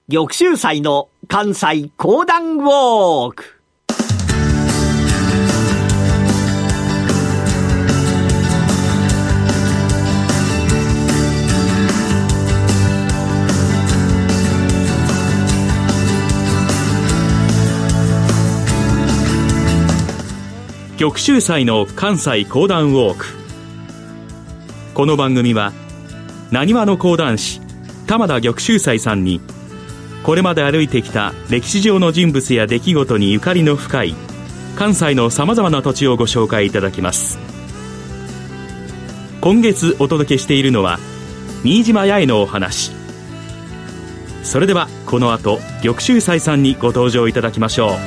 玉州祭の関西講談ウォーク。 玉州祭の関西講談ウォーク。この番組はなにわの講談師玉田玉州祭さんに、これまで歩いてきた歴史上の人物や出来事にゆかりの深い関西のさまざまな土地をご紹介いただきます。今月お届けしているのは新島八重のお話。それではこの後玉州祭さんにご登場いただきましょう。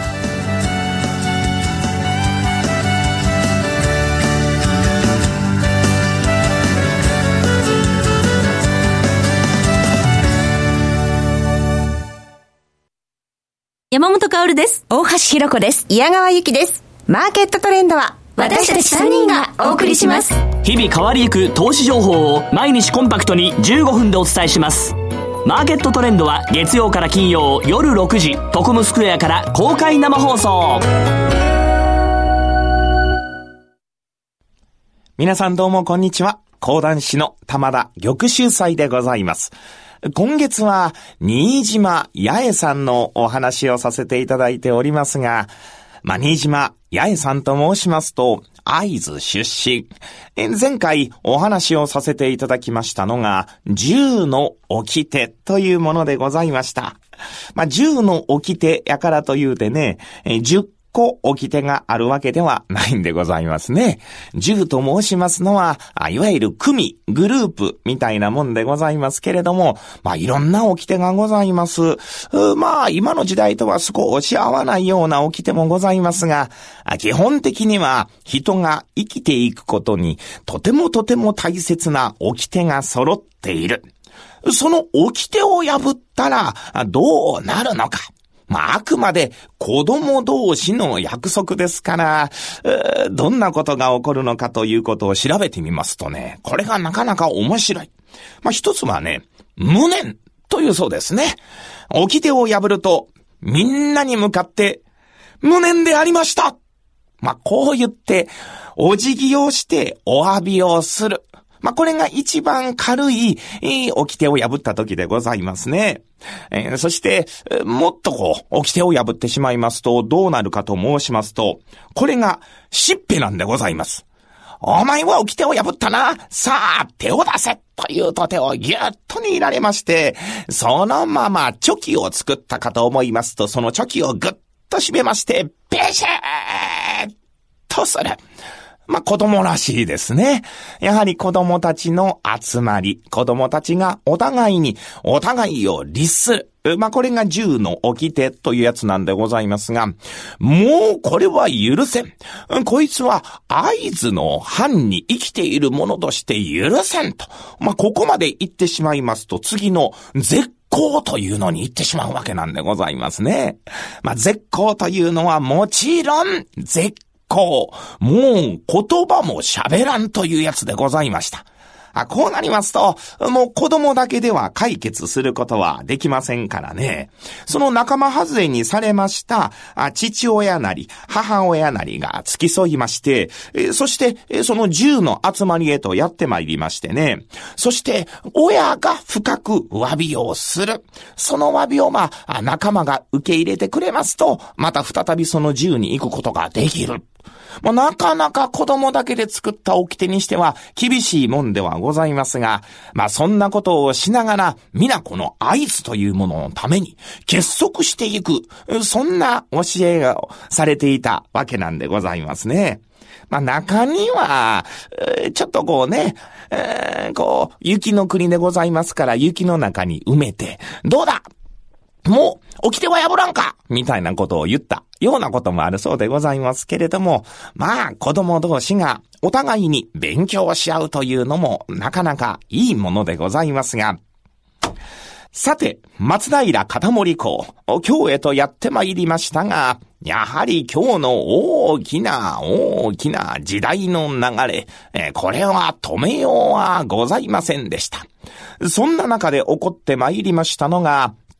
山本薫です。 大橋ひろ子です。矢川由紀です。マーケットトレンドは私たち3人がお送りします。 日々変わりゆく投資情報を毎日コンパクトに15分でお伝えします。マーケットトレンドは月曜から金曜夜6時、トコムスクエアから公開生放送。 皆さんどうもこんにちは。講談師の玉田玉州祭でございます。今月は新島八重さんのお話をさせていただいておりますが、新島八重さんと申しますと会津出身。前回お話をさせていただきましたのが10の掟というものでございました。10の掟やからというてね、10個掟があるわけではないんでございますね。10と申しますのは、いわゆる組、グループみたいなもんでございますけれども、いろんな掟がございます。今の時代とは少し合わないような掟もございますが、基本的には人が生きていくことにとても大切な掟が揃っている。その掟を破ったらどうなるのか。あくまで子供同士の約束ですから、どんなことが起こるのかということを調べてみますとね、これがなかなか面白い。一つはね、無念というそうですね。掟を破ると、みんなに向かって、無念でありました。こう言って、お辞儀をしてお詫びをする。これが一番軽い掟を破った時でございますね。そして、もっと掟を破ってしまいますと、どうなるかと申しますと、これがしっぺなんでございます。お前は掟を破ったな。さあ、手を出せというと手をぎゅっと握られまして、そのままチョキを作ったかと思いますと、そのチョキをぐっと締めまして、ペシーッとする。子供らしいですね。やはり子供たちの集まり、子供たちがお互いを律する。これが10の掟というやつなんでございますが、もうこれは許せん。こいつは会津の藩に生きている者として許せんと。ここまで言ってしまいますと、次の絶好というのに行ってしまうわけなんでございますね。絶好というのはもちろん絶好。もう言葉も喋らんというやつでございました。こうなりますと、もう子供だけでは解決することはできませんからね。その仲間外れにされました父親なり母親なりが付き添いまして、そしてその10の集まりへとやってまいりましてね。そして親が深く詫びをする。その詫びを仲間が受け入れてくれますと、また再びその10に行くことができる。なかなか子供だけで作った掟にしては厳しいもんではございますが、そんなことをしながら皆この会津というもののために結束していく、そんな教えをされていたわけなんでございますね。中にはちょっと雪の国でございますから、雪の中に埋めて、どうだもう掟は破らんかみたいなことを言ったようなこともあるそうでございますけれども、子供同士がお互いに勉強し合うというのもなかなかいいものでございますが、さて、松平片森公、京へとやってまいりましたが、やはり今日の大きな時代の流れ、これは止めようはございませんでした。そんな中で起こってまいりましたのが、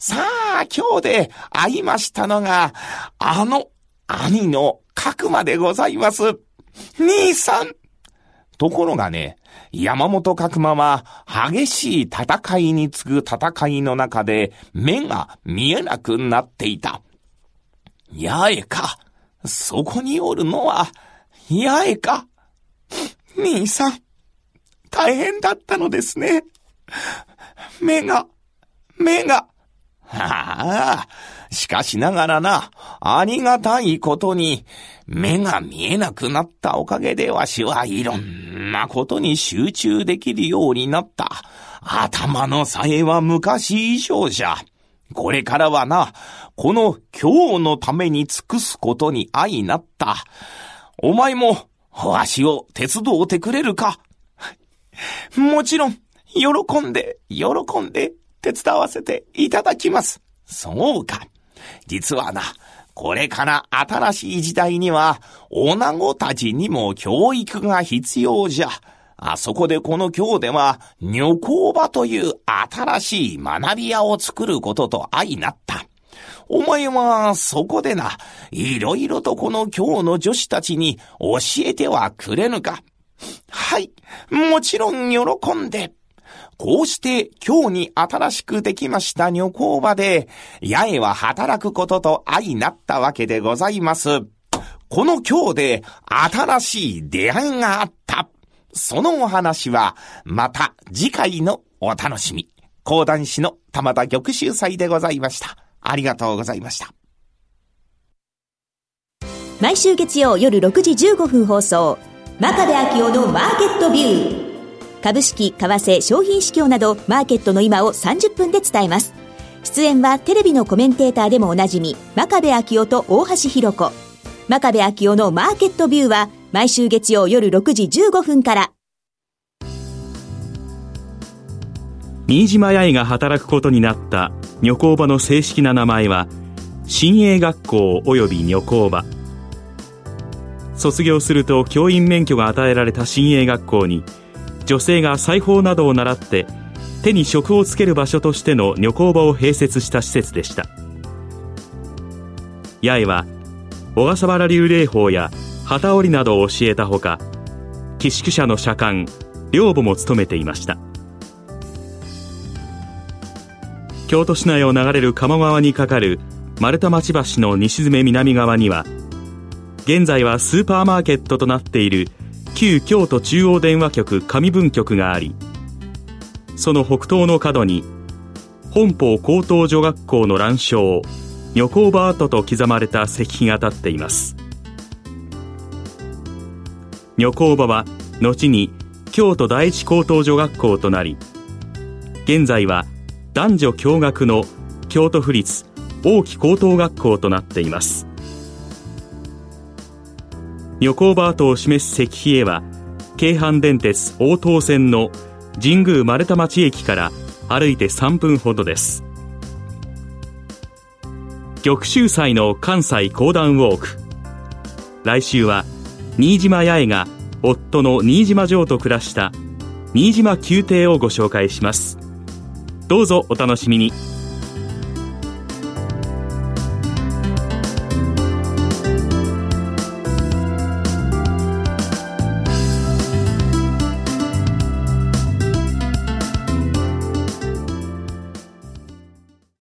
さあ、今日で会いましたのが、兄の角間でございます。兄さん。ところがね、山本角間は激しい戦いに次ぐ戦いの中で目が見えなくなっていた。八重か。そこにおるのは八重か。兄さん、大変だったのですね。目が。はあ、しかしながらな、ありがたいことに、目が見えなくなったおかげでわしはいろんなことに集中できるようになった。頭のさえは昔以上じゃ。これからはな、この今日のために尽くすことに相なった。お前も、わしを手伝うてくれるか？もちろん、喜んで、手伝わせていただきます。そうか。実はな、これから新しい時代には、女子たちにも教育が必要じゃ。そこでこの今日では、女工場という新しい学び屋を作ることと相なった。お前はそこでな、いろいろとこの今日の女子たちに教えてはくれぬか。はい、もちろん喜んで。こうして今日に新しくできました女工場で、八重は働くことと相なったわけでございます。この今日で新しい出会いがあった。そのお話はまた次回のお楽しみ。講談師の玉田玉秀斎でございました。ありがとうございました。 毎週月曜夜6時15分放送、真壁昭夫のマーケットビュー。株式、為替、商品市況などマーケットの今を30分で伝えます。出演はテレビのコメンテーターでもおなじみ、真壁昭夫と大橋ひろ子。真壁昭夫のマーケットビューは毎週月曜夜6時15分から。 新島八重が働くことになった女工場の正式な名前は新栄学校及び女工場。卒業すると教員免許が与えられた新栄学校に、女性が裁縫などを習って手に職をつける場所としての女工場を併設した施設でした。八重は小笠原流礼法や機織りなどを教えたほか、寄宿舎の舎監、寮母も務めていました。京都市内を流れる鴨川に架かる丸太町橋の西詰南側には、現在はスーパーマーケットとなっている旧京都中央電話局上分局があり、その北東の角に本邦高等女学校の欄章、女工場跡と刻まれた石碑が立っています。女工場は後に京都第一高等女学校となり、現在は男女共学の京都府立王毅高等学校となっています。女工場跡を示す石碑へは、京阪電鉄大東線の神宮丸太町駅から歩いて3分ほどです。玉秀斎の関西講談ウォーク。来週は新島八重が夫の新島城と暮らした新島宮廷をご紹介します。どうぞお楽しみに。